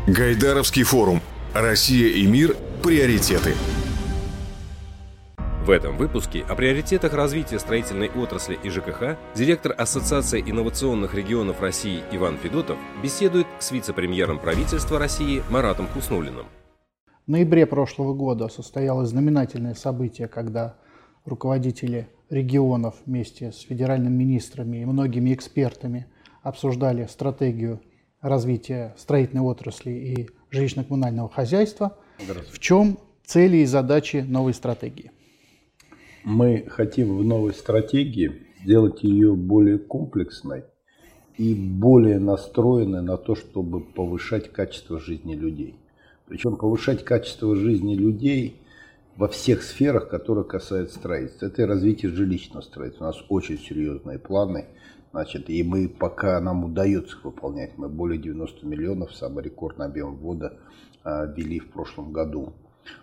Гайдаровский форум. Россия и мир. Приоритеты. В этом выпуске о приоритетах развития строительной отрасли и ЖКХ директор Ассоциации инновационных регионов России Иван Федотов беседует с вице-премьером правительства России Маратом Хуснуллиным. В ноябре прошлого года состоялось знаменательное событие, когда руководители регионов вместе с федеральными министрами и многими экспертами обсуждали стратегию развития строительной отрасли и жилищно-коммунального хозяйства. В чем цели и задачи новой стратегии? Мы хотим в новой стратегии сделать ее более комплексной и более настроенной на то, чтобы повышать качество жизни людей. Причем повышать качество жизни людей во всех сферах, которые касаются строительства. Это и развитие жилищного строительства. У нас очень серьезные планы. И мы, пока нам удается их выполнять, мы более 90 миллионов, самый рекордный объем ввода ввели в прошлом году.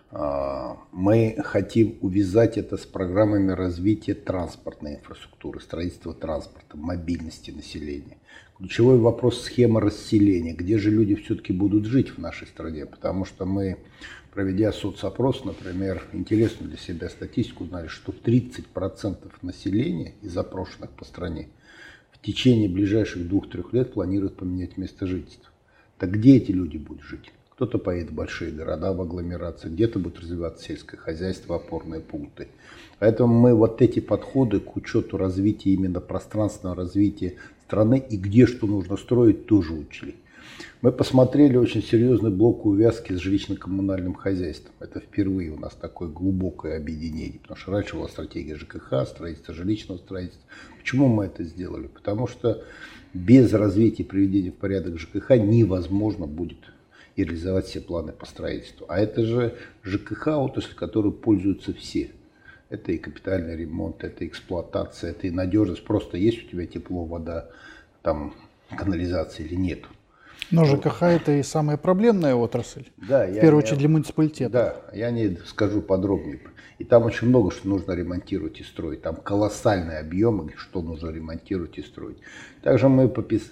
Мы хотим увязать это с программами развития транспортной инфраструктуры, строительства транспорта, мобильности населения. Ключевой вопрос — схема расселения. Где же люди все-таки будут жить в нашей стране? Потому что мы, проведя соцопрос, например, интересную для себя статистику, узнали, что 30% населения из опрошенных по стране в течение ближайших 2-3 лет планируют поменять место жительства. Так где эти люди будут жить? Кто-то поедет в большие города, в агломерации, где-то будет развиваться сельское хозяйство, опорные пункты. Поэтому мы вот эти подходы к учету развития, именно пространственного развития страны и где что нужно строить, тоже учли. Мы посмотрели очень серьезный блок увязки с жилищно-коммунальным хозяйством. Это впервые у нас такое глубокое объединение, потому что раньше была стратегия ЖКХ, строительства жилищного строительства. Почему мы это сделали? Потому что без развития и приведения в порядок ЖКХ невозможно будет и реализовать все планы по строительству. А это же ЖКХ, отрасль, которой пользуются все. Это и капитальный ремонт, это эксплуатация, это и надежность. Просто есть у тебя тепло, вода, там, канализация или нет. Но ЖКХ — это и самая проблемная отрасль, да, в первую очередь для муниципалитета. Да, я не скажу подробнее. И там очень много что нужно ремонтировать и строить. Там колоссальные объемы, что нужно ремонтировать и строить. Также мы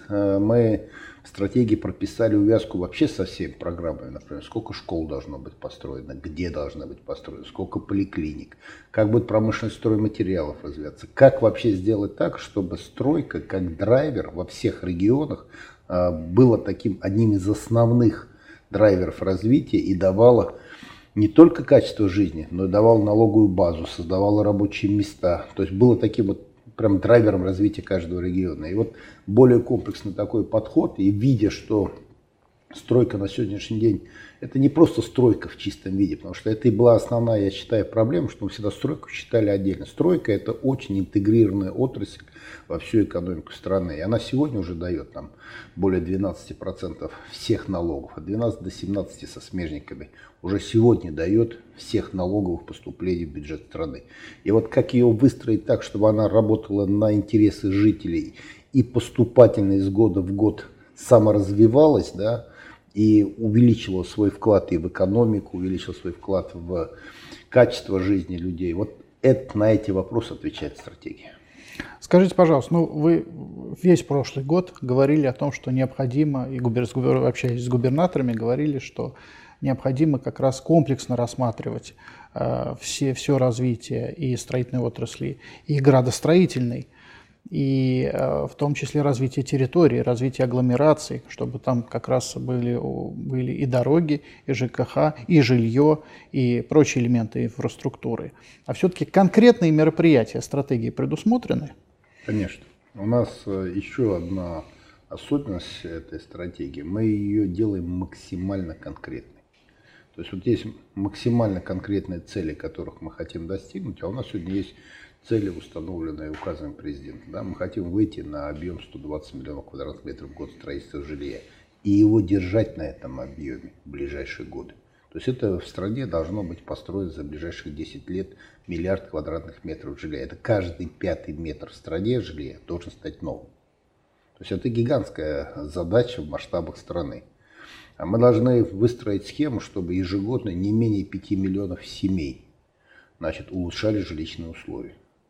в стратегии прописали увязку вообще со всеми программами. Например, сколько школ должно быть построено, где должны быть построены, сколько поликлиник, как будет промышленность стройматериалов развиваться. Как вообще сделать так, чтобы стройка как драйвер во всех регионах было таким одним из основных драйверов развития и давала не только качество жизни, но и давала налоговую базу, создавала рабочие места. То есть было таким вот прям драйвером развития каждого региона. И вот более комплексный такой подход, и видя, что стройка на сегодняшний день это не просто стройка в чистом виде, потому что это и была основная, я считаю, проблема, что мы всегда стройку считали отдельно. Стройка — это очень интегрированная отрасль во всю экономику страны. И она сегодня уже дает нам более 12% всех налогов, от 12 до 17 со смежниками. Уже сегодня дает всех налоговых поступлений в бюджет страны. И вот как ее выстроить так, чтобы она работала на интересы жителей и поступательно из года в год саморазвивалась, да, и увеличила свой вклад и в экономику, увеличила свой вклад в качество жизни людей. Вот это, на эти вопросы отвечает стратегия. Скажите, пожалуйста, вы весь прошлый год говорили о том, что необходимо, и общаясь с губернаторами, говорили, что необходимо как раз комплексно рассматривать все развитие и строительной отрасли, и градостроительной, и в том числе развитие территории, развитие агломераций, чтобы там как раз были и дороги, и ЖКХ, и жилье, и прочие элементы инфраструктуры. А все-таки конкретные мероприятия стратегии предусмотрены? Конечно. У нас еще одна особенность этой стратегии. Мы ее делаем максимально конкретной. То есть вот есть максимально конкретные цели, которых мы хотим достигнуть, а у нас сегодня есть цели, установленные указом президента. Да, мы хотим выйти на объем 120 миллионов квадратных метров в год строительства жилья и его держать на этом объеме в ближайшие годы. То есть это в стране должно быть построено за ближайшие 10 лет 1 миллиард квадратных метров жилья. Это каждый 5-й метр в стране жилья должен стать новым. То есть это гигантская задача в масштабах страны. А мы должны выстроить схему, чтобы ежегодно не менее 5 миллионов семей улучшали жилищные условия.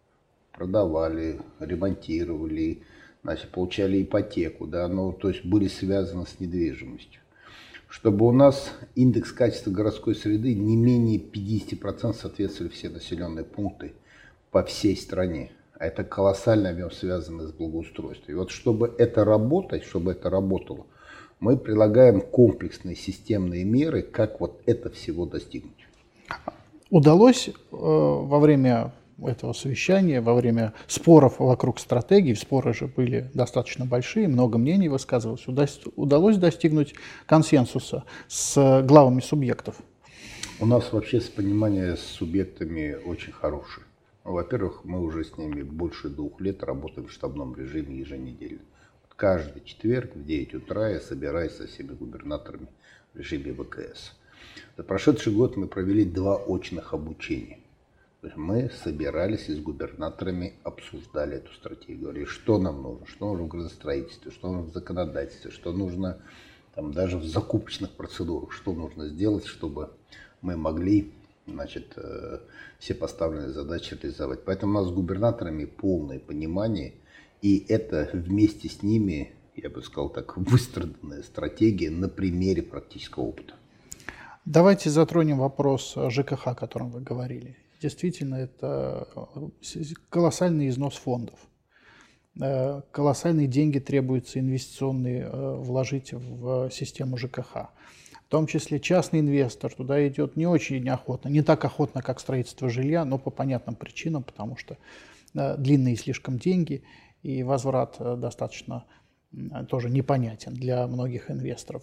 Продавали, ремонтировали, получали ипотеку, да, то есть были связаны с недвижимостью. чтобы у нас индекс качества городской среды не менее 50% соответствовали все населенные пункты по всей стране. А это колоссальный объем, связанный с благоустройством. И вот чтобы это работать, чтобы это работало, мы прилагаем комплексные системные меры, как вот это всего достигнуть. Удалось во время этого совещания, во время споров вокруг стратегии, споры же были достаточно большие, много мнений высказывалось, удалось достигнуть консенсуса с главами субъектов? У нас вообще понимание с субъектами очень хорошее. Во-первых, мы уже с ними больше 2 лет работаем в штабном режиме еженедельно. Каждый четверг в 9 утра я собираюсь со всеми губернаторами в режиме ВКС. За прошедший год мы провели 2 очных обучения. То есть мы собирались и с губернаторами обсуждали эту стратегию. Говорили, что нам нужно, что нужно в градостроительстве, что нужно в законодательстве, что нужно там, даже в закупочных процедурах, что нужно сделать, чтобы мы могли, значит, все поставленные задачи реализовать. Поэтому у нас с губернаторами полное понимание, и это вместе с ними, я бы сказал так, выстраданная стратегия на примере практического опыта. Давайте затронем вопрос ЖКХ, о котором вы говорили. Действительно, это колоссальный износ фондов. Колоссальные деньги требуется инвестиционные вложить в систему ЖКХ. В том числе частный инвестор туда идет не очень охотно, не так охотно, как строительство жилья, но по понятным причинам, потому что длинные слишком деньги и возврат достаточно тоже непонятен для многих инвесторов.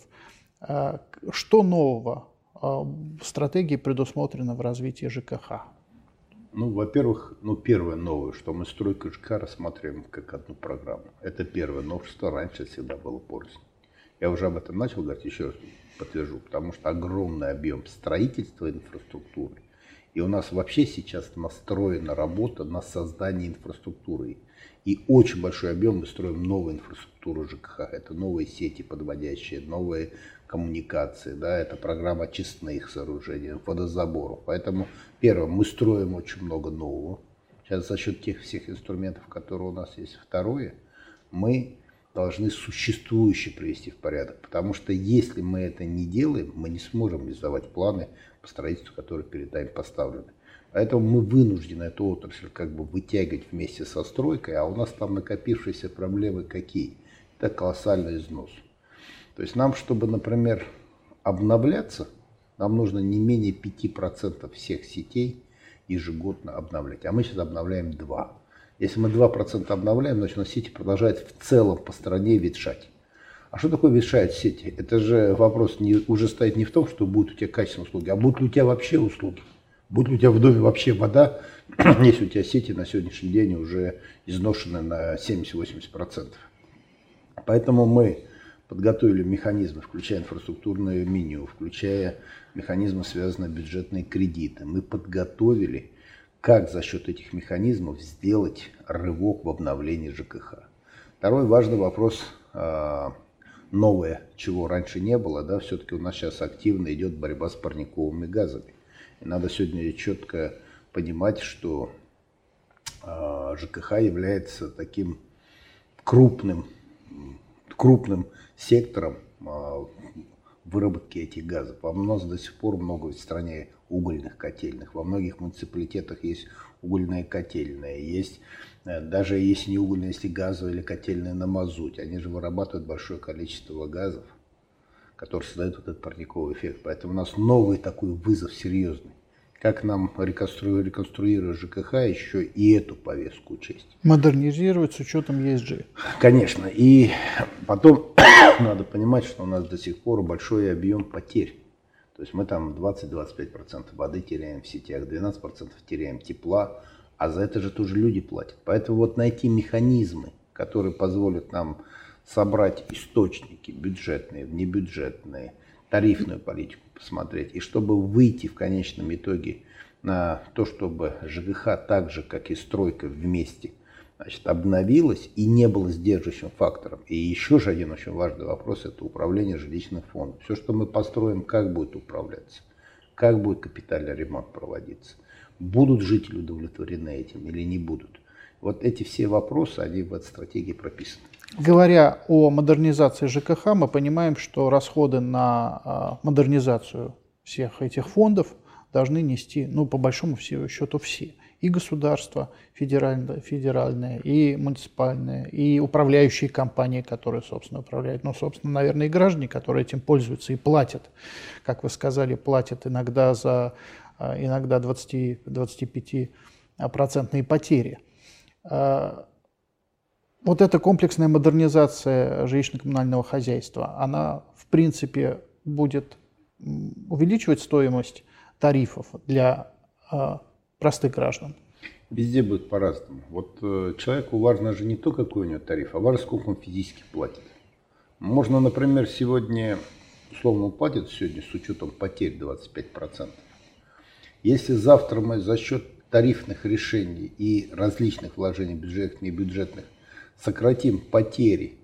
Что нового в стратегии предусмотрено в развитии ЖКХ? Ну, во-первых, первое новое, что мы стройку ЖКХ рассматриваем как одну программу. Это первое новшество, раньше всегда было порознь. Я уже об этом начал говорить, еще раз подтвержу, потому что огромный объем строительства инфраструктуры. И у нас вообще сейчас настроена работа на создание инфраструктуры. И очень большой объем мы строим новую инфраструктуру ЖКХ. Это новые сети подводящие, новые коммуникации, да, это программа очистных сооружений, водозаборов. Поэтому, первое, мы строим очень много нового. Сейчас за счет тех всех инструментов, которые у нас есть. Второе, мы должны существующие привести в порядок. Потому что если мы это не делаем, мы не сможем реализовать планы по строительству, которые перед нами поставлены. Поэтому мы вынуждены эту отрасль как бы вытягивать вместе со стройкой, а у нас там накопившиеся проблемы какие? Это колоссальный износ. То есть нам, чтобы, например, обновляться, нам нужно не менее 5% всех сетей ежегодно обновлять. А мы сейчас обновляем 2%. Если мы 2% обновляем, значит, у нас сети продолжают в целом по стране ветшать. А что такое ветшают сети? Это же вопрос уже стоит не в том, что будут у тебя качественные услуги, а будут ли у тебя вообще услуги. Будет ли у тебя в доме вообще вода, если у тебя сети на сегодняшний день уже изношены на 70-80%. Поэтому мы подготовили механизмы, включая инфраструктурное меню, включая механизмы, связанные с бюджетные кредиты. Мы подготовили, как за счет этих механизмов сделать рывок в обновлении ЖКХ. Второй важный вопрос, новое, чего раньше не было, да, все-таки у нас сейчас активно идет борьба с парниковыми газами. И надо сегодня четко понимать, что ЖКХ является таким крупным сектором выработки этих газов. У нас до сих пор много в стране угольных котельных. Во многих муниципалитетах есть угольные котельные. Есть, даже если не угольные, если газовые или котельные на мазуте. Они же вырабатывают большое количество газов, которые создают вот этот парниковый эффект. Поэтому у нас новый такой вызов серьезный. Как нам реконструировать ЖКХ, еще и эту повестку учесть. Модернизировать с учетом ESG. Конечно. И потом надо понимать, что у нас до сих пор большой объем потерь. То есть мы там 20-25% воды теряем в сетях, 12% теряем тепла, а за это же тоже люди платят. Поэтому вот найти механизмы, которые позволят нам собрать источники бюджетные, внебюджетные, тарифную политику посмотреть, и чтобы выйти в конечном итоге на то, чтобы ЖКХ так же, как и стройка вместе, значит, обновилась и не было сдерживающим фактором. И еще же один очень важный вопрос – это управление жилищным фондом. Все, что мы построим, как будет управляться, как будет капитальный ремонт проводиться, будут жители удовлетворены этим или не будут. Вот эти все вопросы, они в этой стратегии прописаны. Говоря о модернизации ЖКХ, мы понимаем, что расходы на модернизацию всех этих фондов должны нести, ну, по большому счету, все. И государство федеральное, и муниципальное, и управляющие компании, которые, собственно, управляют. Ну, собственно, наверное, и граждане, которые этим пользуются и платят. Как вы сказали, платят иногда за 20-25% потери. Вот эта комплексная модернизация жилищно-коммунального хозяйства, она, в принципе, будет увеличивать стоимость тарифов для простых граждан? Везде будет по-разному. Вот человеку важно же не то, какой у него тариф, а важно, сколько он физически платит. Можно, например, сегодня, условно, платит сегодня с учетом потерь 25%. Если завтра мы за счет тарифных решений и различных вложений бюджетных и небюджетных сократим потери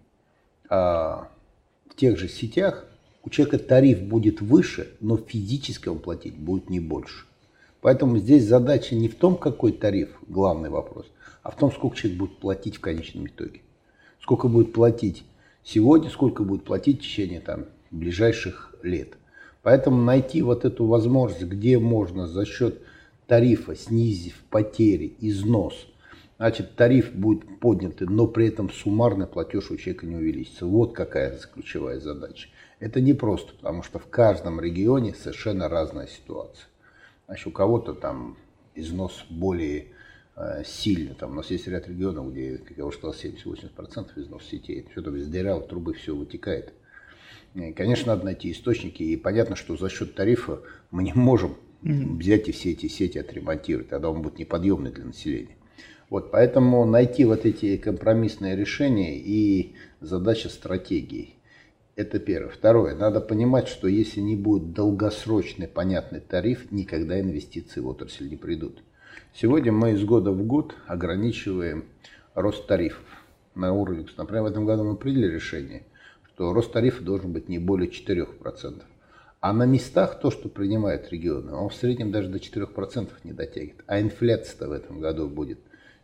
в тех же сетях, у человека тариф будет выше, но физически он платить будет не больше. Поэтому здесь задача не в том, какой тариф, главный вопрос, а в том, сколько человек будет платить в конечном итоге. Сколько будет платить сегодня, сколько будет платить в течение ближайших лет. Поэтому найти вот эту возможность, где можно за счет тарифа, снизив потери, износ, значит, тариф будет поднят, но при этом суммарный платеж у человека не увеличится. Вот какая ключевая задача. Это не просто, потому что в каждом регионе совершенно разная ситуация. Значит, у кого-то там износ более сильный. Там у нас есть ряд регионов, где, как я уже сказал, 70-80% износ сетей. Все там из дырявой трубы все вытекает. И, конечно, надо найти источники. И понятно, что за счет тарифа мы не можем взять и все эти сети отремонтировать. Тогда он будет неподъемный для населения. Вот, поэтому найти вот эти компромиссные решения и задача стратегии. Это первое. Второе. Надо понимать, что если не будет долгосрочный понятный тариф, никогда инвестиции в отрасль не придут. Сегодня мы из года в год ограничиваем рост тарифов на уровне. Например, в этом году мы приняли решение, что рост тарифа должен быть не более 4%. А на местах то, что принимают регионы, он в среднем даже до 4% не дотягивает. А инфляция-то в этом году будет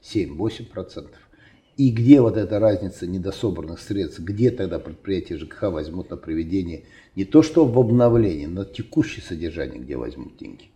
7-8%. И где вот эта разница недособранных средств, где тогда предприятия ЖКХ возьмут на приведение не то что в обновление, но текущее содержание, где возьмут деньги?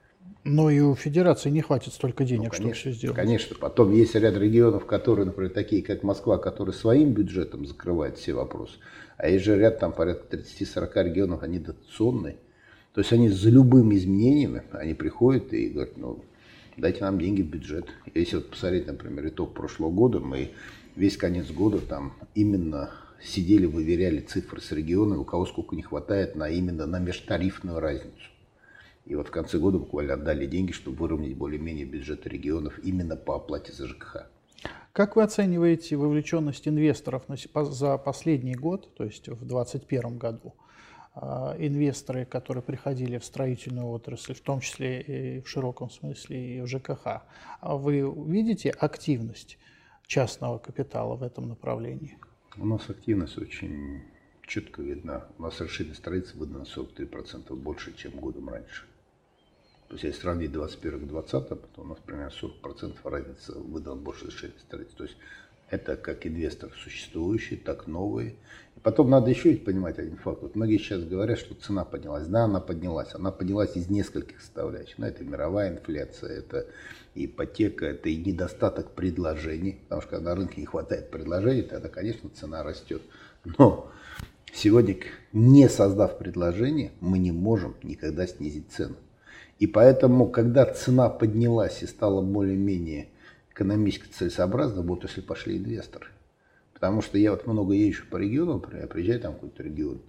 Но и у федерации не хватит столько денег, конечно, чтобы все сделать. Конечно. Потом есть ряд регионов, которые, например, такие как Москва, которые своим бюджетом закрывают все вопросы. А есть же ряд, там порядка 30-40 регионов, они дотационные. То есть они за любыми изменениями, они приходят и говорят, ну, дайте нам деньги в бюджет. Если вот посмотреть, например, итог прошлого года, мы весь конец года там именно сидели, выверяли цифры с регионами, у кого сколько не хватает именно на межтарифную разницу. И вот в конце года буквально отдали деньги, чтобы выровнять более-менее бюджеты регионов именно по оплате за ЖКХ. Как вы оцениваете вовлеченность инвесторов за последний год, то есть в 2021 году? Инвесторы, которые приходили в строительную отрасль, в том числе и в широком смысле и в ЖКХ, вы видите активность частного капитала в этом направлении? У нас активность очень четко видна. У нас разрешение строительства выдано 43% больше, чем годом раньше. То есть, если сравнить 21 к 20, то у нас примерно 40% разница выдано больше разрешения строительства. То есть, это как инвесторы существующие, так новые. И потом надо еще ведь понимать один факт. Вот многие сейчас говорят, что цена поднялась. Да, она поднялась. Она поднялась из нескольких составляющих. Ну, это мировая инфляция, это ипотека, это и недостаток предложений. Потому что когда на рынке не хватает предложений, тогда, конечно, цена растет. Но сегодня, не создав предложение, мы не можем никогда снизить цену. И поэтому, когда цена поднялась и стала более-менее экономически целесообразно, будет, если пошли инвесторы. Потому что я вот много езжу по региону, например, я приезжаю там в какой-то регион,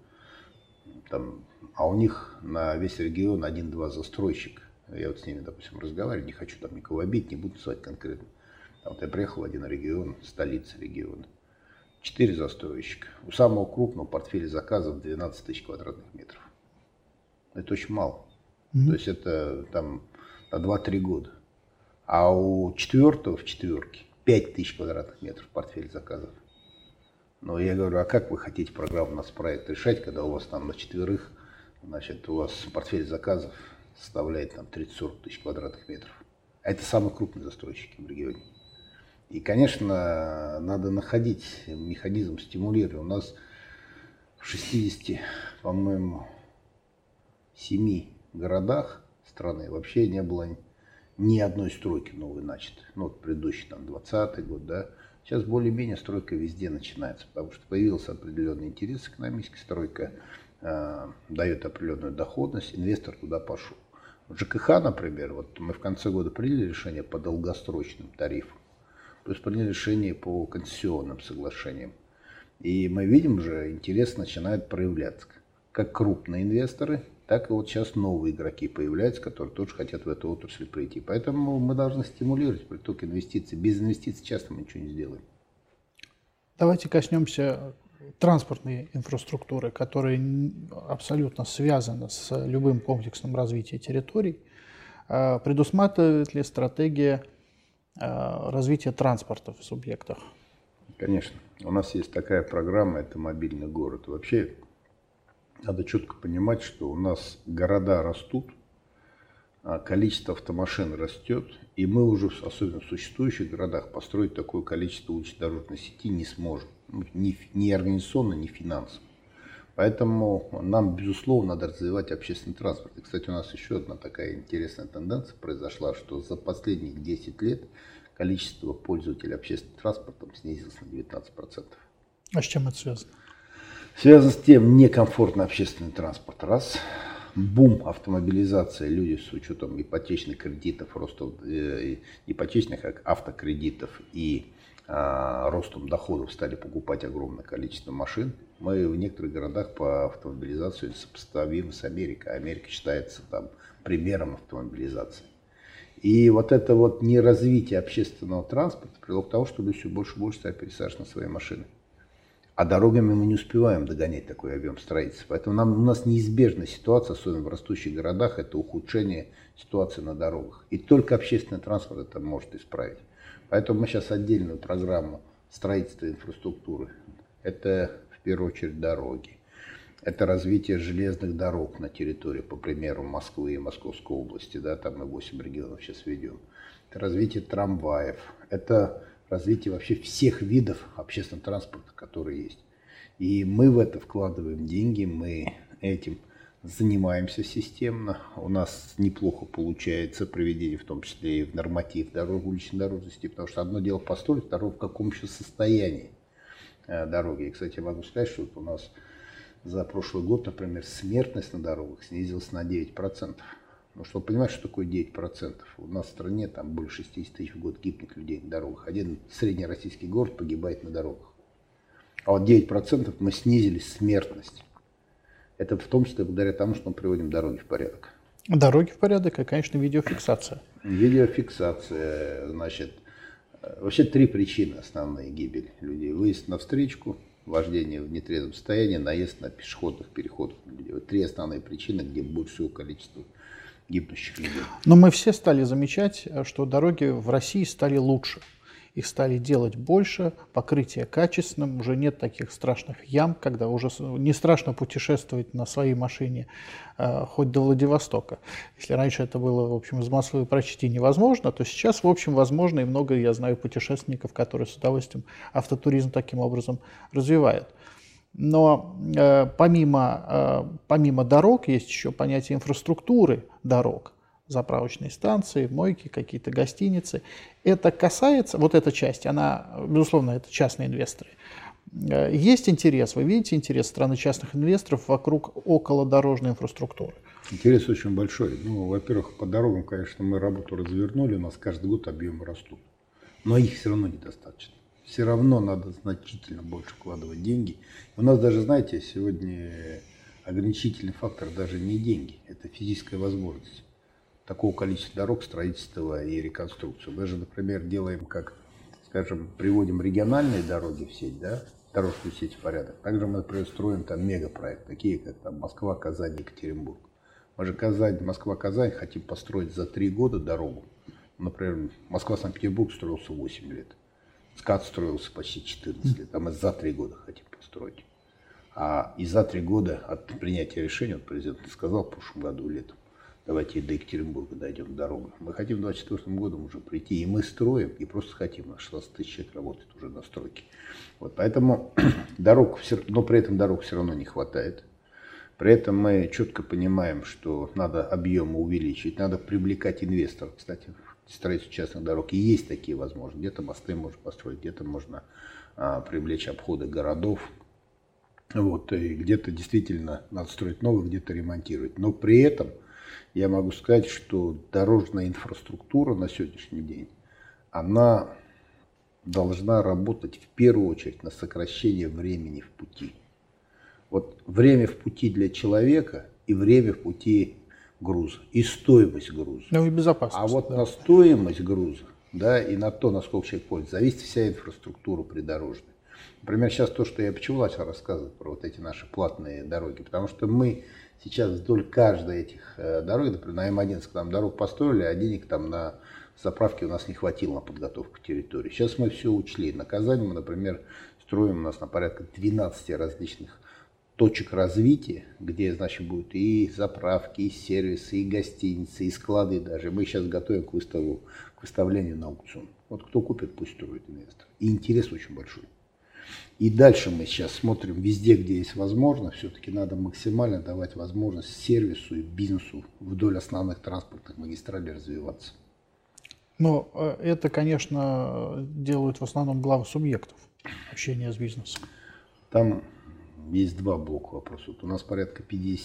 там, а у них на весь регион 1-2 застройщика. Я вот с ними, допустим, разговариваю, не хочу там никого обидеть, не буду называть конкретно. А вот я приехал в один регион, столица региона, 4 застройщика. У самого крупного портфеля заказов 12 тысяч квадратных метров. Это очень мало. То есть это там на 2-3 года. А у четвертого в четверке 5 тысяч квадратных метров портфель заказов. Но я говорю, а как вы хотите программу нацпроект решать, когда у вас там на четверых, значит, у вас портфель заказов составляет там 30-40 тысяч квадратных метров. А это самые крупные застройщики в регионе. И, конечно, надо находить механизм стимулирования. У нас в 60, по-моему, 7 городах страны вообще не было ни одной стройки новой начатой. Ну, вот предыдущий, там, 20-й год, да. Сейчас более-менее стройка везде начинается, потому что появился определенный интерес экономический, стройка дает определенную доходность, инвестор туда пошел. В ЖКХ, например, вот мы в конце года приняли решение по долгосрочным тарифам, то есть приняли решение по концессионным соглашениям. И мы видим уже, интерес начинает проявляться. Как крупные инвесторы, так и вот сейчас новые игроки появляются, которые тоже хотят в эту отрасль прийти. Поэтому мы должны стимулировать приток инвестиций. Без инвестиций часто мы ничего не сделаем. Давайте коснемся транспортной инфраструктуры, которая абсолютно связана с любым комплексным развитием территорий. Предусматривает ли стратегия развития транспорта в субъектах? Конечно. У нас есть такая программа, это мобильный город. Вообще надо четко понимать, что у нас города растут, количество автомашин растет, и мы уже, особенно в существующих городах, построить такое количество улично-дорожной сети не сможем. Ни организационно, ни финансово. Поэтому нам, безусловно, надо развивать общественный транспорт. И, кстати, у нас еще одна такая интересная тенденция произошла, что за последних 10 лет количество пользователей общественным транспортом снизилось на 19%. А с чем это связано? Связано с тем, некомфортный общественный транспорт. Раз. Бум автомобилизации, люди с учетом ипотечных кредитов, ростом ипотечных автокредитов и ростом доходов стали покупать огромное количество машин. Мы в некоторых городах по автомобилизации сопоставимы с Америкой. Америка считается там примером автомобилизации. И вот это вот неразвитие общественного транспорта привело к тому, что люди все больше и больше стали пересаживать на свои машины. А дорогами мы не успеваем догонять такой объем строительства. Поэтому у нас неизбежная ситуация, особенно в растущих городах, это ухудшение ситуации на дорогах. И только общественный транспорт это может исправить. Поэтому мы сейчас отдельную программу строительства инфраструктуры. Это в первую очередь дороги. Это развитие железных дорог на территории, по примеру, Москвы и Московской области. Да, там мы 8 регионов сейчас ведем. Это развитие трамваев. Это развитие вообще всех видов общественного транспорта, которые есть. И мы в это вкладываем деньги, мы этим занимаемся системно. У нас неплохо получается приведение, в том числе и в норматив дорог, уличной дорожности, потому что одно дело построить, второе в каком еще состоянии дороги. И, кстати, я могу сказать, что вот у нас за прошлый год, например, смертность на дорогах снизилась на 9%. Ну, чтобы понимать, что такое 9%. У нас в стране там более 60 тысяч в год гибнет людей на дорогах. Один среднероссийский город погибает на дорогах. А вот 9% мы снизили смертность. Это в том числе благодаря тому, что мы приводим дороги в порядок. Дороги в порядок и, конечно, видеофиксация. Видеофиксация, значит, вообще 3 причины основные гибели людей. Выезд на встречку, вождение в нетрезвом состоянии, наезд на пешеходных переходах. Вот 3 основные причины, где больше всего количество гибнущих людей. Но мы все стали замечать, что дороги в России стали лучше. Их стали делать больше, покрытие качественным, уже нет таких страшных ям, когда уже не страшно путешествовать на своей машине хоть до Владивостока. Если раньше это было, в общем, из Москвы почти невозможно, то сейчас, в общем, возможно, и много, я знаю, путешественников, которые с удовольствием автотуризм таким образом развивают. Но помимо дорог есть еще понятие инфраструктуры дорог. Заправочные станции, мойки, какие-то гостиницы. Это касается, вот эта часть, она, безусловно, это частные инвесторы. Есть интерес, вы видите интерес страны частных инвесторов вокруг околодорожной инфраструктуры? Интерес очень большой. Ну, во-первых, по дорогам, конечно, мы работу развернули, у нас каждый год объемы растут. Но их все равно недостаточно. Все равно надо значительно больше вкладывать деньги. У нас даже, знаете, сегодня ограничительный фактор даже не деньги, это физическая возможность такого количества дорог, строительства и реконструкции. Мы же, например, делаем, как, скажем, приводим региональные дороги в сеть, да, дорожную сеть в порядок. Также мы, например, строим там мегапроект, такие как там Москва, Казань, Екатеринбург. Мы же Москва-Казань хотим построить за 3 года дорогу. Например, Москва-Санкт-Петербург строился 8 лет. СКАТ строился почти 14 лет, а мы за 3 года хотим построить. И за 3 года от принятия решения, вот президент сказал в прошлом году летом, давайте до Екатеринбурга дойдем дорогу. Мы хотим в 2024 году уже прийти, и мы строим, и просто хотим. У нас 16 тысяч человек работает уже на стройке. Вот поэтому дорог, но при этом дорог все равно не хватает. При этом мы четко понимаем, что надо объемы увеличить, надо привлекать инвесторов. Кстати, в строительстве частных дорог и есть такие возможности. Где-то мосты можно построить, где-то можно привлечь обходы городов. Вот, и где-то действительно надо строить новые, где-то ремонтировать. Но при этом я могу сказать, что дорожная инфраструктура на сегодняшний день, она должна работать в первую очередь на сокращение времени в пути. Вот время в пути для человека и время в пути груза, и стоимость груза. Ну и безопасность. А вот на стоимость груза, да, и на то, насколько человек пользуется, зависит вся инфраструктура придорожная. Например, сейчас то, что я почему начал рассказывать про вот эти наши платные дороги, потому что мы сейчас вдоль каждой этих дорог, например, на М11 там дорогу построили, а денег там на заправки у нас не хватило на подготовку территории. Сейчас мы все учли. На Казани мы, например, строим у нас на порядка 12 различных точек развития, где, значит, будут и заправки, и сервисы, и гостиницы, и склады даже. Мы сейчас готовим к выставлению на аукцион. Вот кто купит, пусть строит инвестор. И интерес очень большой. И дальше мы сейчас смотрим везде, где есть возможность, все-таки надо максимально давать возможность сервису и бизнесу вдоль основных транспортных магистралей развиваться. Но это, конечно, делают в основном главы субъектов общения с бизнесом. Там есть два блока вопросов. Вот у нас порядка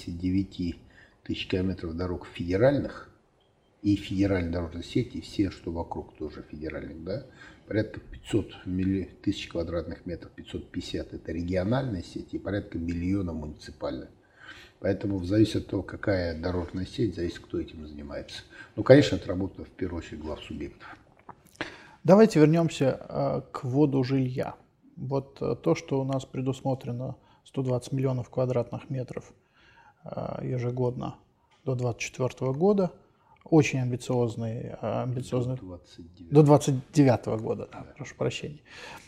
59 тысяч километров дорог федеральных и федеральной дорожной сети, и все, что вокруг тоже федеральных, да. Порядка 500 тысяч квадратных метров, 550 это региональная сеть и порядка миллиона муниципальная. Поэтому зависит от того, какая дорожная сеть, зависит, кто этим занимается. Ну, конечно, это работа в первую очередь глав субъектов. Давайте вернемся к вводу жилья. Вот то, что у нас предусмотрено 120 миллионов квадратных метров ежегодно до 2024 года, очень амбициозные, до 2029 года, да, прошу прощения,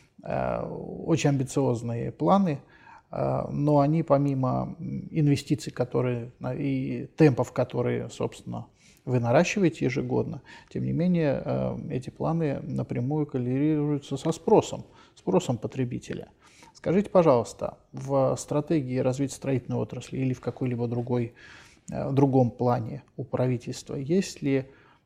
очень амбициозные планы, но они помимо инвестиций, которые и темпов, которые, собственно, вы наращиваете ежегодно, тем не менее эти планы напрямую коррелируются со спросом потребителя. Скажите, пожалуйста, в стратегии развития строительной отрасли или в какой-либо другом плане у правительства есть ли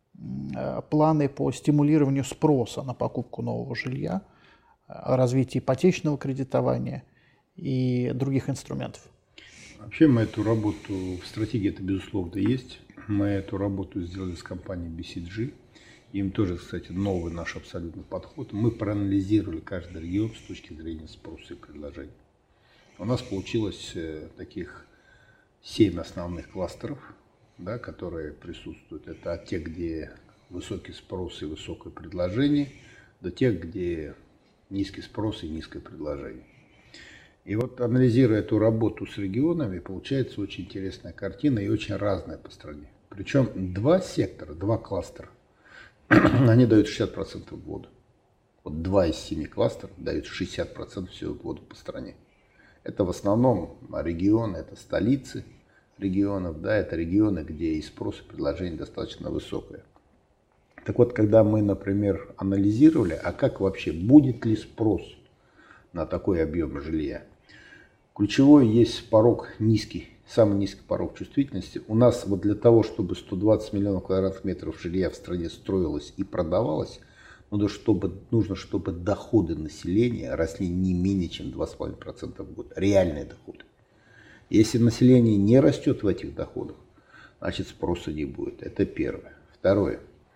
планы по стимулированию спроса на покупку нового жилья, развитие ипотечного кредитования и других инструментов? Вообще мы эту работу, в стратегии это безусловно есть. Мы эту работу сделали с компанией BCG. Им тоже, кстати, новый наш абсолютно подход. Мы проанализировали каждый регион с точки зрения спроса и предложения. У нас получилось таких 7 основных кластеров, да, которые присутствуют. Это от тех, где высокий спрос и высокое предложение, до тех, где низкий спрос и низкое предложение. И вот анализируя эту работу с регионами, получается очень интересная картина и очень разная по стране. Причем два сектора, два кластера, они дают 60% ввода. Вот 2 из 7 кластеров дают 60% всего ввода по стране. Это в основном регионы, это столицы регионов, да, это регионы, где и спрос, и предложение достаточно высокое. Так вот, когда мы, например, анализировали, а как вообще, будет ли спрос на такой объем жилья, ключевой есть порог низкий, самый низкий порог чувствительности. У нас вот для того, чтобы 120 миллионов квадратных метров жилья в стране строилось и продавалось, нужно, чтобы доходы населения росли не менее чем 2,5% в год. Реальные доходы. Если население не растет в этих доходах, значит спроса не будет. Это первое. Второе.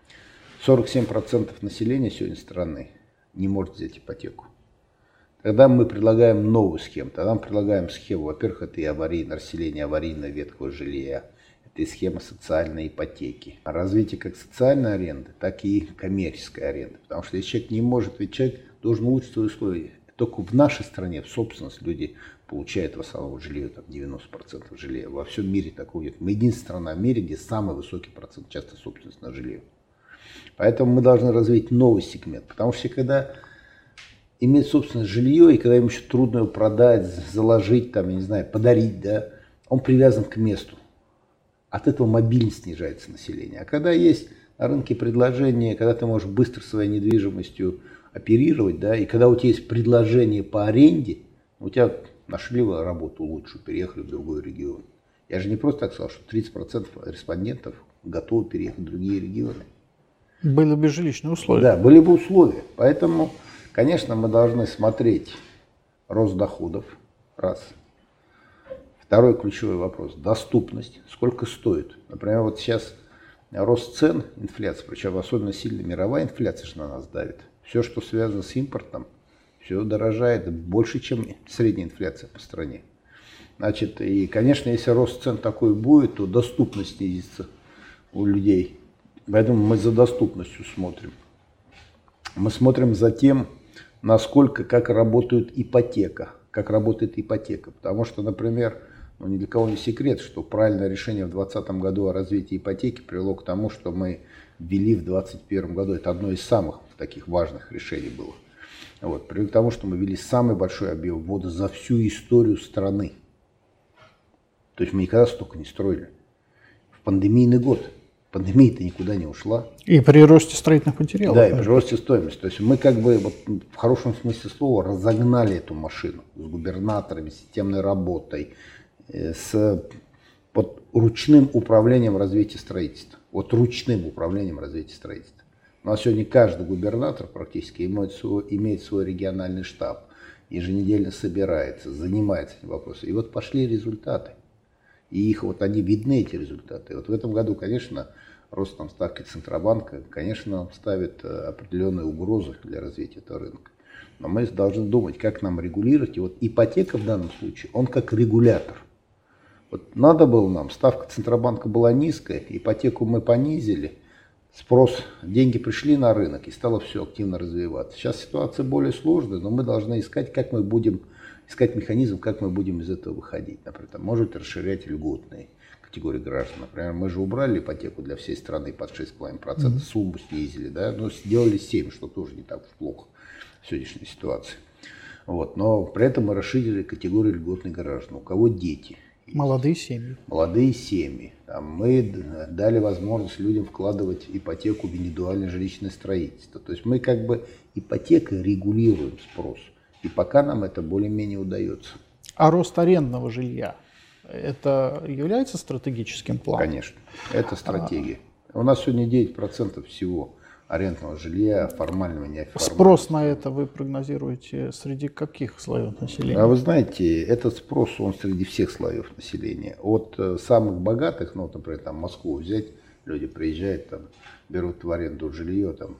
47% населения сегодня страны не может взять ипотеку. Когда мы предлагаем новую схему, тогда мы предлагаем схему, во-первых, это и аварийное расселение аварийного ветхого жилья, это и схема социальной ипотеки. Развитие как социальной аренды, так и коммерческой аренды. Потому что если человек не может, ведь человек должен улучшить свои условия. Только в нашей стране, в собственность, люди получают в основном жилье, там 90% жилья. Во всем мире такого нет. Мы единственная страна в мире, где самый высокий процент часто собственности на жилье. Поэтому мы должны развить новый сегмент. Потому что когда иметь собственное жилье, и когда им еще трудно его продать, заложить, там, я не знаю, подарить, да, он привязан к месту. от этого мобильность снижается населения. А когда есть на рынке предложение, когда ты можешь быстро своей недвижимостью оперировать, да, и когда у тебя есть предложение по аренде, у тебя нашли работу лучше, переехали в другой регион. Я же не просто так сказал, что 30% респондентов готовы переехать в другие регионы. Были бы жилищные условия. Да, были бы условия. Поэтому, конечно, мы должны смотреть рост доходов, раз. Второй ключевой вопрос – доступность. Сколько стоит? Например, вот сейчас рост цен, инфляция, причем особенно сильно мировая инфляция же на нас давит. Все, что связано с импортом, все дорожает больше, чем средняя инфляция по стране. Значит, и, конечно, если рост цен такой будет, то доступность снизится у людей. Поэтому мы за доступностью смотрим. Мы смотрим за тем, насколько, как работает ипотека. Потому что, например, ни для кого не секрет, что правильное решение в 2020 году о развитии ипотеки привело к тому, что мы ввели в 2021 году. Это одно из самых таких важных решений было. Вот, привело к тому, что мы ввели самый большой объем ввода за всю историю страны. То есть мы никогда столько не строили. В пандемийный год. Пандемия-то никуда не ушла. И при росте строительных материалов. Да, и при росте стоимости. То есть мы как бы вот, в хорошем смысле слова разогнали эту машину с губернаторами, с системной работой, с под ручным управлением развития строительства. Вот ручным управлением развития строительства. У нас сегодня каждый губернатор практически имеет свой региональный штаб, еженедельно собирается, занимается этим вопросом. И вот пошли результаты. И их вот они видны, эти результаты. И вот в этом году, конечно, рост там ставки Центробанка, конечно, ставит определенные угрозы для развития этого рынка. Но мы должны думать, как нам регулировать. И вот ипотека в данном случае, он как регулятор. Вот надо было нам, ставка Центробанка была низкая, ипотеку мы понизили, спрос, деньги пришли на рынок и стало все активно развиваться. Сейчас ситуация более сложная, но мы должны искать, как мы будем искать механизм, как мы будем из этого выходить. Например, там, может расширять льготные категории граждан. Например, мы же убрали ипотеку для всей страны под 6,5%, сумму снизили, да, но сделали 7%, что тоже не так уж плохо в сегодняшней ситуации. Вот. Но при этом мы расширили категорию льготных граждан. У кого дети? Молодые семьи. Молодые семьи. Там мы дали возможность людям вкладывать ипотеку в индивидуальное жилищное строительство. То есть мы как бы ипотекой регулируем спрос. И пока нам это более-менее удается. А рост арендного жилья, это является стратегическим планом? Конечно, это стратегия. У нас сегодня 9% всего арендного жилья, формального и неоформального. Спрос на это вы прогнозируете среди каких слоев населения? А вы знаете, этот спрос, он среди всех слоев населения. От самых богатых, ну, например, там Москву взять, люди приезжают, там, берут в аренду жилье, там,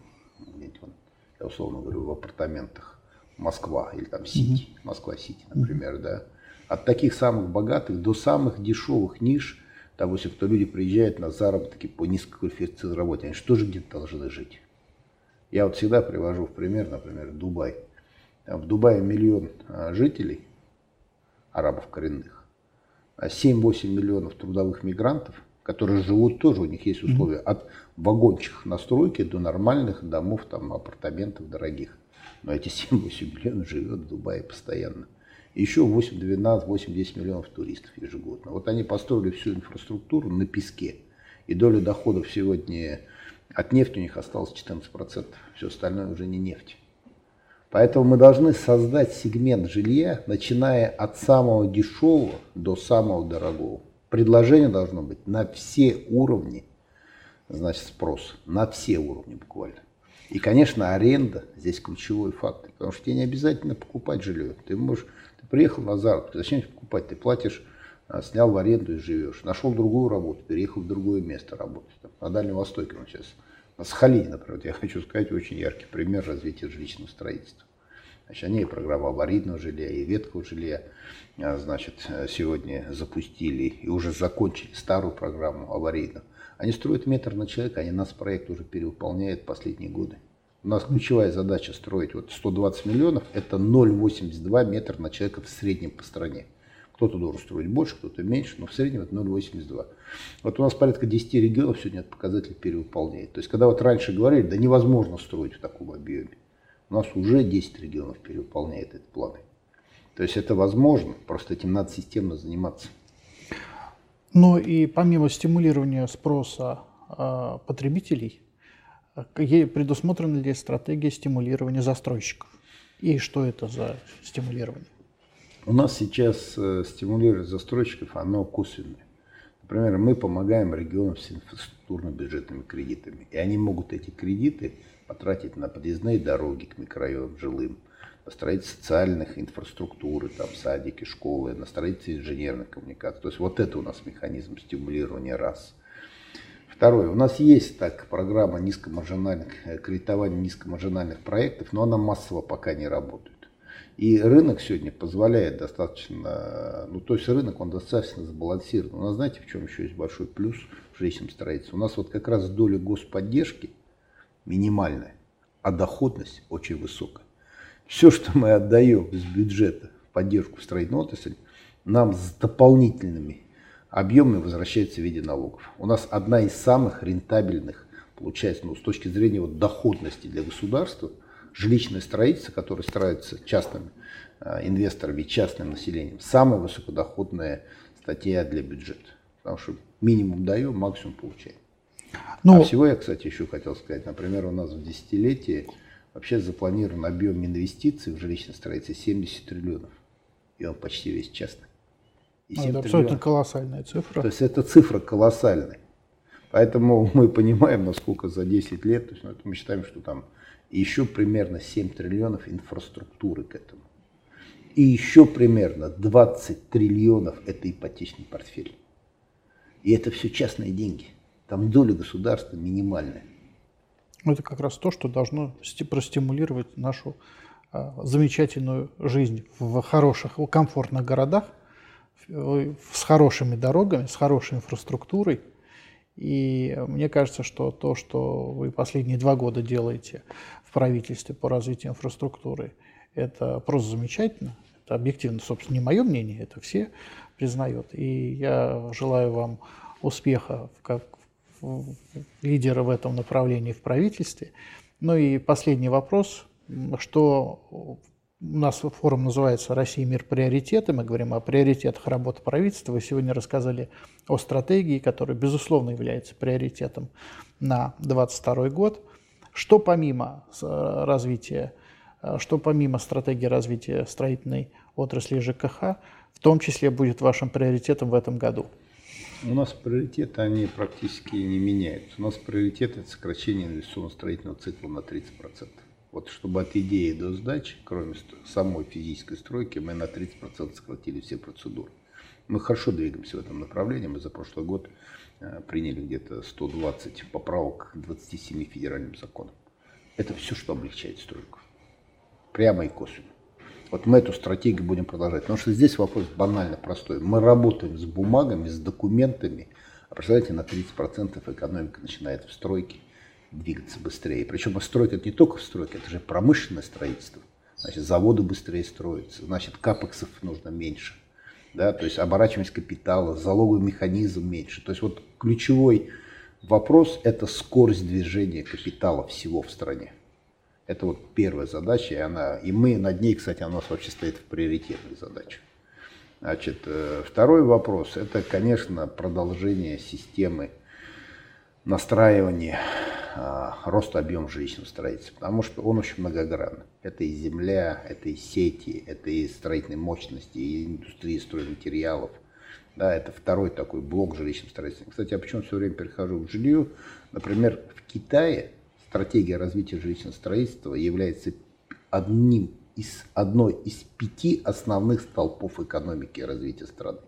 я условно говорю, в апартаментах. Москва или там Сити, Москва-Сити, например, да. От таких самых богатых до самых дешевых ниш, допустим, кто люди приезжают на заработки по низкоквалифицированной работе, они что же где-то должны жить? Я вот всегда привожу в пример, например, Дубай. Там в Дубае 1 миллион жителей, арабов коренных, 7-8 миллионов трудовых мигрантов, которые живут тоже, у них есть условия, от вагончиков на стройке до нормальных домов, там, апартаментов дорогих. Но эти 7-8 миллионов живет в Дубае постоянно. И еще 8-10 миллионов туристов ежегодно. Вот они построили всю инфраструктуру на песке. И доля доходов сегодня от нефти у них осталось 14%. Все остальное уже не нефть. Поэтому мы должны создать сегмент жилья, начиная от самого дешевого до самого дорогого. Предложение должно быть на все уровни, значит, спрос. На все уровни буквально. И, конечно, аренда здесь ключевой фактор, потому что тебе не обязательно покупать жилье. Ты приехал на заработок, зачем тебе покупать? Ты платишь, снял в аренду и живешь. Нашел другую работу, переехал в другое место работать. Там, на Дальнем Востоке, сейчас, на Сахалине, например, я хочу сказать, очень яркий пример развития жилищного строительства. Значит, они и программу аварийного жилья, и ветхого жилья, значит, сегодня запустили и уже закончили старую программу аварийную. Они строят метр на человека, они нас проект уже перевыполняют последние годы. У нас ключевая задача строить вот 120 миллионов, это 0,82 метра на человека в среднем по стране. Кто-то должен строить больше, кто-то меньше, но в среднем это 0,82. Вот у нас порядка 10 регионов сегодня этот показатель перевыполняет. То есть, когда вот раньше говорили, да невозможно строить в таком объеме, у нас уже 10 регионов перевыполняет этот план. То есть это возможно, просто этим надо системно заниматься. Ну и помимо стимулирования спроса потребителей, предусмотрена ли стратегия стимулирования застройщиков? И что это за стимулирование? У нас сейчас стимулирование застройщиков, оно косвенное. Например, мы помогаем регионам с инфраструктурно-бюджетными кредитами. И они могут эти кредиты потратить на подъездные дороги к микрорайонам жилым, на строительство социальных инфраструктуры, там садики, школы, на строительство инженерных коммуникаций. То есть вот это у нас механизм стимулирования раз. Второе. У нас есть так программа кредитования низкомаржинальных проектов, но она массово пока не работает. И рынок сегодня позволяет достаточно, то есть рынок, он достаточно сбалансирован. У нас, знаете, в чем еще есть большой плюс в жилищном строительстве? У нас вот как раз доля господдержки минимальная, а доходность очень высокая. Все, что мы отдаем из бюджета в поддержку строительной отрасли, нам с дополнительными объемами возвращается в виде налогов. У нас одна из самых рентабельных, получается, с точки зрения доходности для государства, жилищное строительство, которое строится частными инвесторами и частным населением, самая высокодоходная статья для бюджета. Потому что минимум даем, максимум получаем. А всего я, кстати, еще хотел сказать. Например, у нас в десятилетие вообще запланирован объем инвестиций в жилищное строительство 70 триллионов. И он почти весь частный. Это абсолютно колоссальная цифра. То есть это цифра колоссальная. Поэтому мы понимаем, насколько за 10 лет, то есть, мы считаем, что там еще примерно 7 триллионов инфраструктуры к этому. И еще примерно 20 триллионов это ипотечный портфель. И это все частные деньги. Там доля государства минимальная. Это как раз то, что должно простимулировать нашу замечательную жизнь в хороших, комфортных городах, с хорошими дорогами, с хорошей инфраструктурой. И мне кажется, что то, что вы последние 2 года делаете в правительстве по развитию инфраструктуры, это просто замечательно. Это объективно, собственно, не мое мнение, это все признают. И я желаю вам успеха как лидера в этом направлении в правительстве. Ну и последний вопрос, что у нас форум называется «Россия, мир, приоритеты». Мы говорим о приоритетах работы правительства. Вы сегодня рассказали о стратегии, которая, безусловно, является приоритетом на 2022 год. Что помимо стратегии развития строительной отрасли ЖКХ, в том числе будет вашим приоритетом в этом году? У нас приоритеты, они практически не меняются. У нас приоритет – это сокращение инвестиционно-строительного цикла на 30%. Вот чтобы от идеи до сдачи, кроме самой физической стройки, мы на 30% сократили все процедуры. Мы хорошо двигаемся в этом направлении. Мы за прошлый год приняли где-то 120 поправок к 27 федеральным законам. Это все, что облегчает стройку. Прямо и косвенно. Вот мы эту стратегию будем продолжать. Потому что здесь вопрос банально простой. Мы работаем с бумагами, с документами. А представляете, на 30% экономика начинает в стройке двигаться быстрее. Причем стройка это не только стройка, это же промышленное строительство. Значит, заводы быстрее строятся, значит, капексов нужно меньше. Да? То есть оборачиваемость капитала, залоговый механизм меньше. То есть вот ключевой вопрос – это скорость движения капитала всего в стране. Это вот первая задача, и мы над ней, кстати, она у нас вообще стоит в приоритетной задаче. Значит, второй вопрос – это, конечно, продолжение системы настраивания роста объема жилищного строительства, потому что он очень многогранный. Это и земля, это и сети, это и строительные мощности, и индустрия стройматериалов. Да, это второй такой блок жилищного строительства. Кстати, я почему все время перехожу к жилью? Например, в Китае стратегия развития жилищного строительства является одной из 5 основных столпов экономики и развития страны.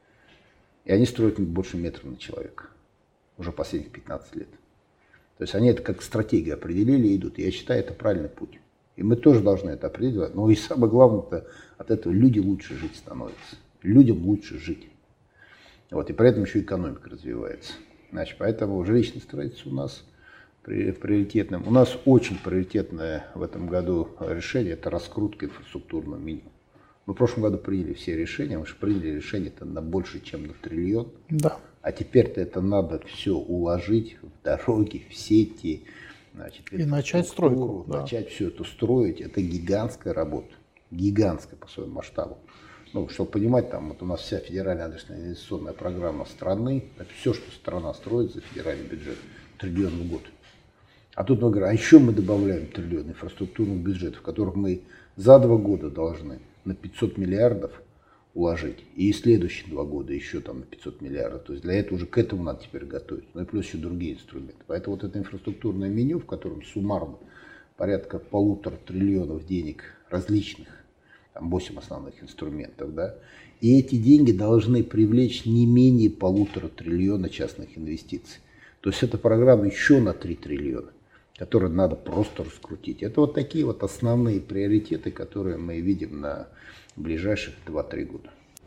И они строят больше метра на человека уже последних 15 лет. То есть они это как стратегию определили и идут. И я считаю, это правильный путь. И мы тоже должны это определять. Но и самое главное, от этого люди лучше жить становятся. Людям лучше жить. Вот, и при этом еще экономика развивается. Значит, поэтому жилищное строительство у нас приоритетным. У нас очень приоритетное в этом году решение – это раскрутка инфраструктурного минимума. Мы в прошлом году приняли все решения, мы же приняли решение-то на больше, чем на триллион. Да. А теперь-то это надо все уложить в дороги, в сети, значит, и начать стройку. Начать все это строить. Это гигантская работа, гигантская по своему масштабу. Ну, чтобы понимать, там вот у нас вся федеральная адресная инвестиционная программа страны, это все, что страна строит за федеральный бюджет, триллион в год. А тут мы говорим, а еще мы добавляем триллион инфраструктурных бюджетов, в которых мы за 2 года должны на 500 миллиардов уложить. И следующие 2 года еще там на 500 миллиардов. То есть для этого уже к этому надо теперь готовить. Ну и плюс еще другие инструменты. Поэтому вот это инфраструктурное меню, в котором суммарно порядка 1,5 триллионов денег различных, там 8 основных инструментов, да, и эти деньги должны привлечь не менее 1,5 триллиона частных инвестиций. То есть эта программа еще на 3 триллиона, которые надо просто раскрутить. Это вот такие вот основные приоритеты, которые мы видим на ближайших 2-3 года.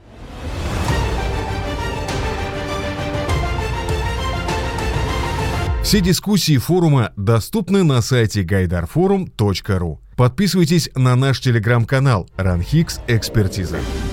Все дискуссии форума доступны на сайте gaidarforum.ru. Подписывайтесь на наш телеграм-канал «Ранхикс Экспертиза».